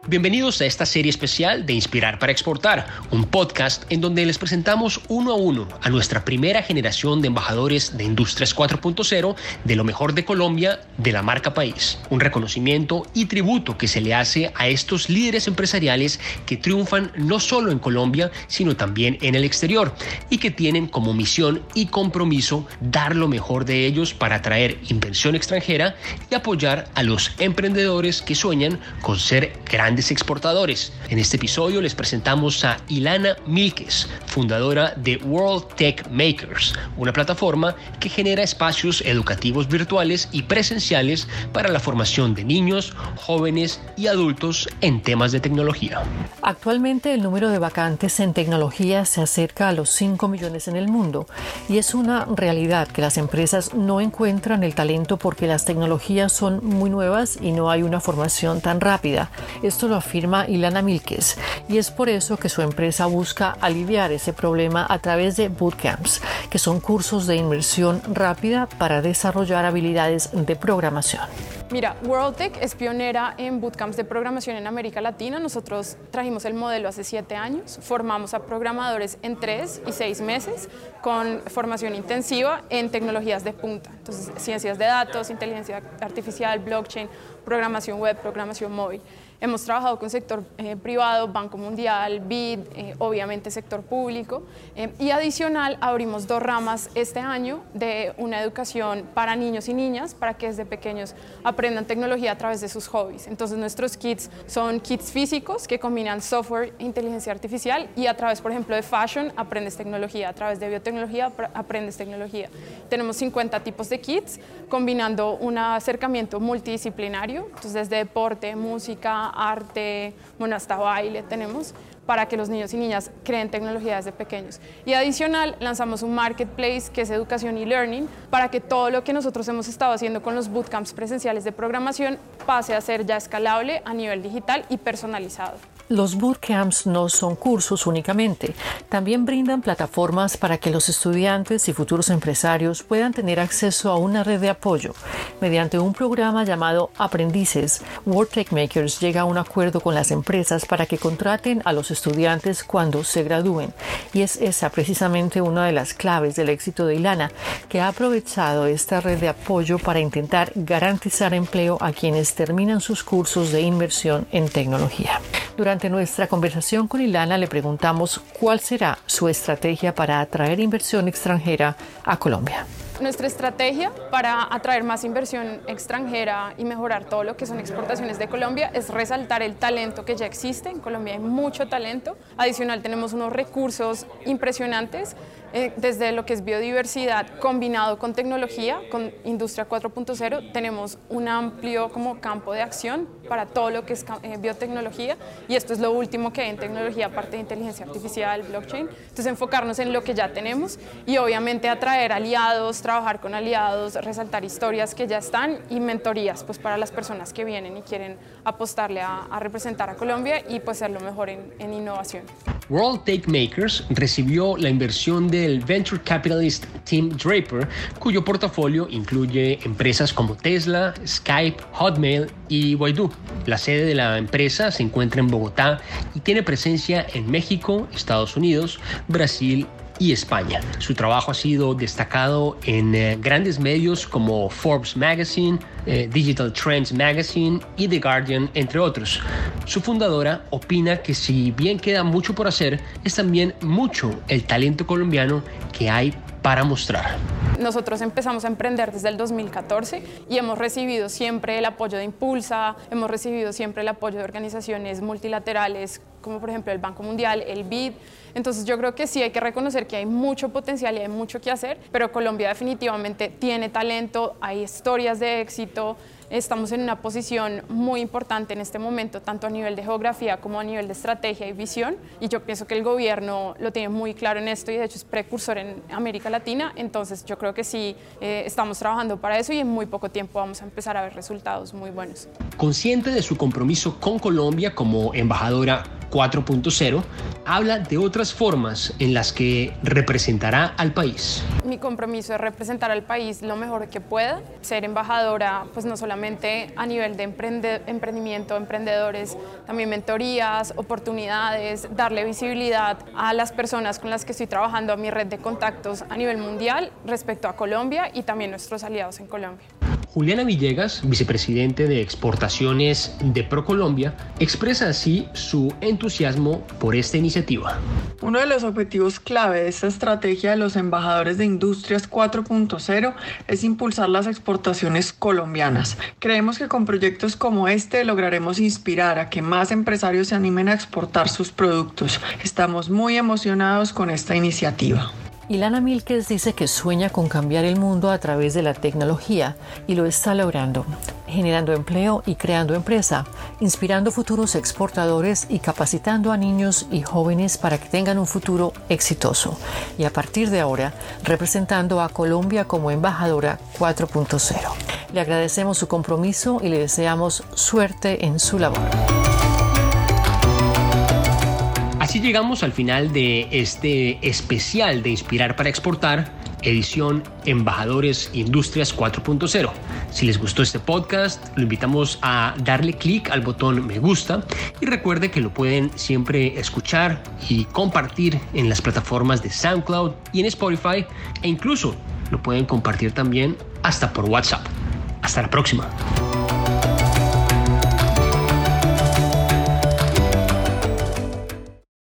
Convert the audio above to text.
Bienvenidos a esta serie especial de Inspirar para Exportar, un podcast en donde les presentamos uno a uno a nuestra primera generación de embajadores de Industrias 4.0 de lo mejor de Colombia, de la marca país. Un reconocimiento y tributo que se le hace a estos líderes empresariales que triunfan no solo en Colombia, sino también en el exterior y que tienen como misión y compromiso dar lo mejor de ellos para atraer inversión extranjera y apoyar a los emprendedores que sueñan con ser grandes exportadores. En este episodio les presentamos a Ilana Milquez, fundadora de World Tech Makers, una plataforma que genera espacios educativos virtuales y presenciales para la formación de niños, jóvenes y adultos en temas de tecnología. Actualmente el número de vacantes en tecnología se acerca a los 5 millones en el mundo y es una realidad que las empresas no encuentran el talento porque las tecnologías son muy nuevas y no hay una formación tan rápida. Esto lo afirma Ilana Milquez y es por eso que su empresa busca aliviar ese problema a través de bootcamps, que son cursos de inmersión rápida para desarrollar habilidades de programación. Mira, WorldTech es pionera en bootcamps de programación en América Latina. Nosotros trajimos el modelo hace 7 años, formamos a programadores en 3 y 6 meses con formación intensiva en tecnologías de punta. Entonces, ciencias de datos, inteligencia artificial, blockchain, programación web, programación móvil. Hemos trabajado con sector privado, Banco Mundial, BID, obviamente sector público y adicional abrimos 2 ramas este año de una educación para niños y niñas para que desde pequeños aprendan tecnología a través de sus hobbies. Entonces nuestros kits son kits físicos que combinan software e inteligencia artificial y a través, por ejemplo, de fashion aprendes tecnología, a través de biotecnología aprendes tecnología. Tenemos 50 tipos de kits combinando un acercamiento multidisciplinario, entonces desde deporte, música, arte, bueno, hasta baile tenemos para que los niños y niñas creen tecnología desde pequeños. Y adicional, lanzamos un marketplace que es educación y learning para que todo lo que nosotros hemos estado haciendo con los bootcamps presenciales de programación pase a ser ya escalable a nivel digital y personalizado. Los bootcamps no son cursos únicamente, también brindan plataformas para que los estudiantes y futuros empresarios puedan tener acceso a una red de apoyo. Mediante un programa llamado Aprendices, World Tech Makers llega a un acuerdo con las empresas para que contraten a los estudiantes cuando se gradúen. Y es esa precisamente una de las claves del éxito de Ilana, que ha aprovechado esta red de apoyo para intentar garantizar empleo a quienes terminan sus cursos de inmersión en tecnología. Durante nuestra conversación con Ilana le preguntamos cuál será su estrategia para atraer inversión extranjera a Colombia. Nuestra estrategia para atraer más inversión extranjera y mejorar todo lo que son exportaciones de Colombia es resaltar el talento que ya existe. En Colombia hay mucho talento. Adicional, tenemos unos recursos impresionantes desde lo que es biodiversidad combinado con tecnología, con Industria 4.0. Tenemos un amplio campo de acción para todo lo que es biotecnología y esto es lo último que hay en tecnología, aparte de inteligencia artificial, blockchain. Entonces, enfocarnos en lo que ya tenemos y obviamente atraer aliados, trabajar con aliados, resaltar historias que ya están y mentorías para las personas que vienen y quieren apostarle a representar a Colombia y ser lo mejor en innovación. World Tech Makers recibió la inversión del venture capitalist Tim Draper, cuyo portafolio incluye empresas como Tesla, Skype, Hotmail y Baidu. La sede de la empresa se encuentra en Bogotá y tiene presencia en México, Estados Unidos, Brasil y España. Su trabajo ha sido destacado en grandes medios como Forbes Magazine, Digital Trends Magazine y The Guardian, entre otros. Su fundadora opina que si bien queda mucho por hacer, es también mucho el talento colombiano que hay para mostrar. Nosotros empezamos a emprender desde el 2014 y hemos recibido siempre el apoyo de Impulsa, hemos recibido siempre el apoyo de organizaciones multilaterales como por ejemplo el Banco Mundial, el BID. Entonces yo creo que sí hay que reconocer que hay mucho potencial y hay mucho que hacer, pero Colombia definitivamente tiene talento, hay historias de éxito. Estamos en una posición muy importante en este momento, tanto a nivel de geografía como a nivel de estrategia y visión, y yo pienso que el gobierno lo tiene muy claro en esto y de hecho es precursor en América Latina, entonces yo creo que sí estamos trabajando para eso y en muy poco tiempo vamos a empezar a ver resultados muy buenos. Consciente de su compromiso con Colombia como embajadora 4.0, habla de otras formas en las que representará al país. Mi compromiso es representar al país lo mejor que pueda, ser embajadora, pues no solamente a nivel de emprendimiento, emprendedores, también mentorías, oportunidades, darle visibilidad a las personas con las que estoy trabajando, a mi red de contactos a nivel mundial respecto a Colombia y también nuestros aliados en Colombia. Juliana Villegas, vicepresidente de exportaciones de ProColombia, expresa así su entusiasmo por esta iniciativa. Uno de los objetivos clave de esta estrategia de los embajadores de Industrias 4.0 es impulsar las exportaciones colombianas. Creemos que con proyectos como este lograremos inspirar a que más empresarios se animen a exportar sus productos. Estamos muy emocionados con esta iniciativa. Ilana Mílquez dice que sueña con cambiar el mundo a través de la tecnología y lo está logrando, generando empleo y creando empresa, inspirando futuros exportadores y capacitando a niños y jóvenes para que tengan un futuro exitoso. Y a partir de ahora, representando a Colombia como embajadora 4.0. Le agradecemos su compromiso y le deseamos suerte en su labor. Así llegamos al final de este especial de Inspirar para Exportar, edición Embajadores Industrias 4.0. Si les gustó este podcast, lo invitamos a darle clic al botón me gusta y recuerde que lo pueden siempre escuchar y compartir en las plataformas de SoundCloud y en Spotify, e incluso lo pueden compartir también hasta por WhatsApp. Hasta la próxima.